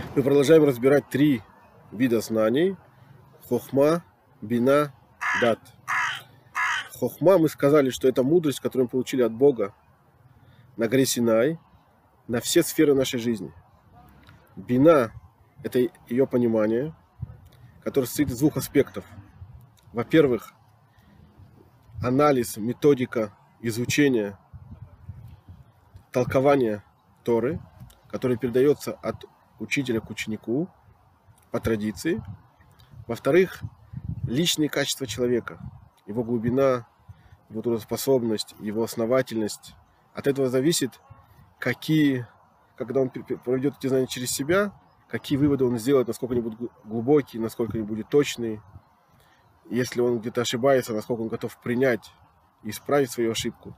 Мы продолжаем разбирать три вида знаний: хохма, бина, дат. Хохма, мы сказали, что это мудрость, которую мы получили от Бога на горе Синай, на все сферы нашей жизни. Бина – это ее понимание, которое состоит из двух аспектов. Во-первых, анализ, методика изучения, толкования Торы, которое передается от учителя к ученику по традиции. Во-вторых, личные качества человека, его глубина, его трудоспособность, его основательность. От этого зависит, когда он проведет эти знания через себя, какие выводы он сделает, насколько они будут глубокие, насколько они будут точные. Если он где-то ошибается, насколько он готов принять и исправить свою ошибку.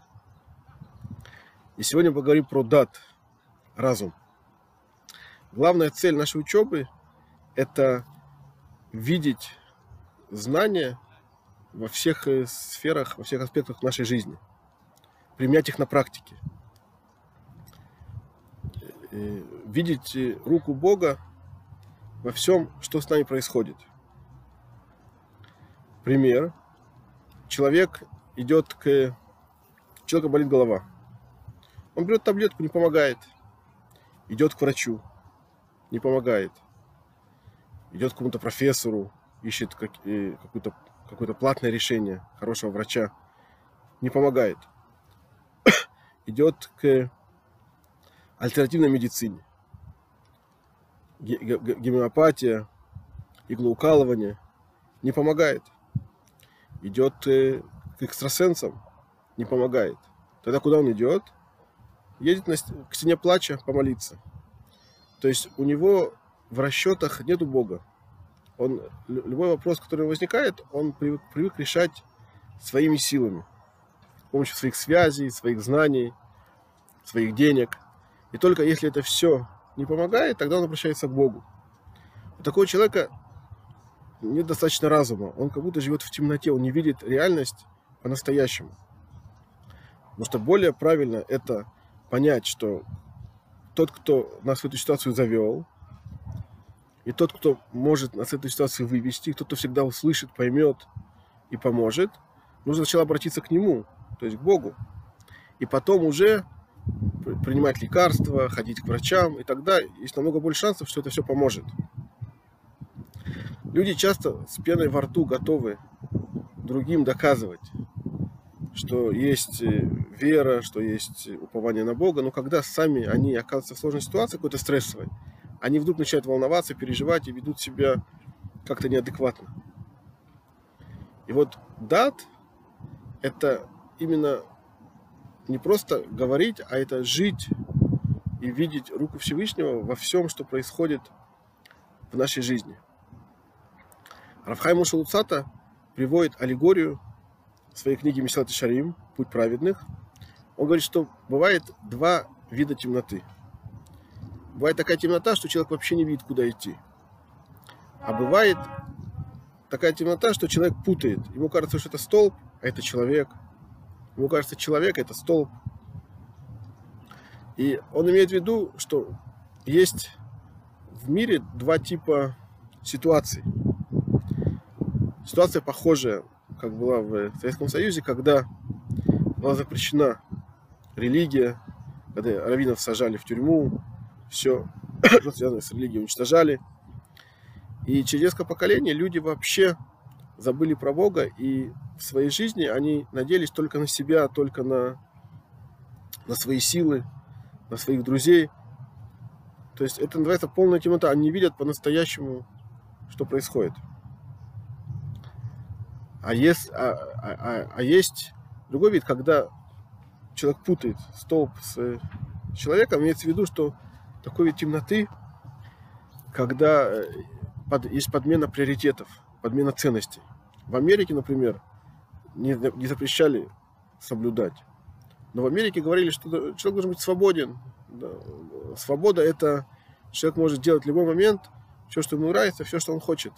И сегодня мы поговорим про дат, разум. Главная цель нашей учебы – это видеть знания во всех сферах, во всех аспектах нашей жизни, применять их на практике, видеть руку Бога во всем, что с нами происходит. Пример. Человеку болит голова. Он берет таблетку, не помогает. Идет к врачу, не помогает. Идет к какому-то профессору, ищет какое-то платное решение хорошего врача, не помогает. Идет к альтернативной медицине. Гомеопатия, иглоукалывание не помогает. Идет к экстрасенсам, не помогает. Тогда куда он идет? Едет к стене плача помолиться. То есть у него в расчетах нету Бога. Любой вопрос, который возникает, он привык решать своими силами. С помощью своих связей, своих знаний, своих денег. И только если это все не помогает, тогда он обращается к Богу. У такого человека нет достаточно разума. Он как будто живет в темноте, он не видит реальность по-настоящему. Потому что более правильно это понять, что тот, кто нас в эту ситуацию завел, и тот, кто может нас из этой ситуации вывести, тот, кто всегда услышит, поймет и поможет, нужно сначала обратиться к нему, то есть к Богу. И потом уже принимать лекарства, ходить к врачам, и тогда есть намного больше шансов, что это все поможет. Люди часто с пеной во рту готовы другим доказывать, что есть вера, что есть упование на Бога, но когда сами они оказываются в сложной ситуации, какой-то стрессовой, они вдруг начинают волноваться, переживать и ведут себя как-то неадекватно. И вот дат – это именно не просто говорить, а это жить и видеть руку Всевышнего во всем, что происходит в нашей жизни. Рав Хаим Моше Луцата приводит аллегорию в своей книге Месилат Йешарим «Путь праведных». Он говорит, что бывает два вида темноты. Бывает такая темнота, что человек вообще не видит, куда идти. А бывает такая темнота, что человек путает. Ему кажется, что это столб, а это человек. Ему кажется, человек – это столб. И он имеет в виду, что есть в мире два типа ситуаций. Ситуация похожая, как была в Советском Союзе, когда была запрещена религия, когда раввинов сажали в тюрьму, все, что связано с религией, уничтожали. И через несколько поколений люди вообще забыли про Бога, и в своей жизни они надеялись только на себя, только на свои силы, на своих друзей. То есть это называется полная темнота. Они не видят по-настоящему, что происходит. А есть другой вид, когда человек путает столб с человеком. Имеется в виду, что такой вид темноты, когда есть подмена приоритетов, подмена ценностей. В Америке, например, не запрещали соблюдать. Но в Америке говорили, что человек должен быть свободен. Свобода – это человек может делать в любой момент все, что ему нравится, все, что он хочет.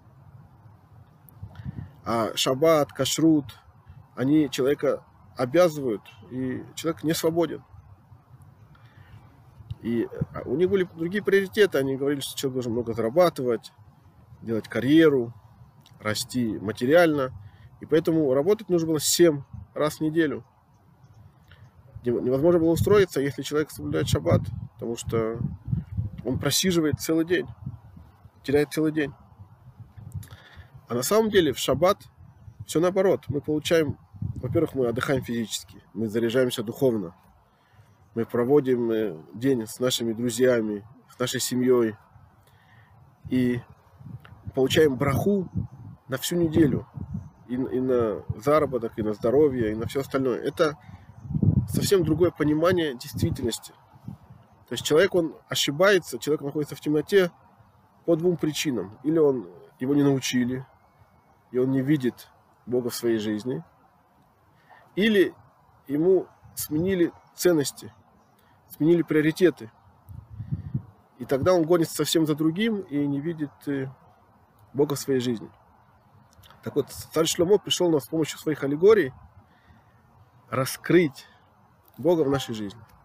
А шаббат, кашрут, они человека обязывают, и человек не свободен. И у них были другие приоритеты. Они говорили, что человек должен много зарабатывать, делать карьеру, расти материально. И поэтому работать нужно было 7 раз в неделю. Невозможно было устроиться, если человек соблюдает шаббат, потому что он просиживает целый день, теряет целый день. А на самом деле в шаббат все наоборот. Мы получаем, во-первых, мы отдыхаем физически, мы заряжаемся духовно. Мы проводим день с нашими друзьями, с нашей семьей. И получаем браху на всю неделю. И на заработок, и на здоровье, и на все остальное. Это совсем другое понимание действительности. То есть человек, он ошибается, человек находится в темноте по 2 причинам. Или его не научили, и он не видит Бога в своей жизни. Или ему сменили ценности, сменили приоритеты. И тогда он гонится совсем за другим и не видит Бога в своей жизни. Так вот, царь Шломо пришел нам с помощью своих аллегорий раскрыть Бога в нашей жизни.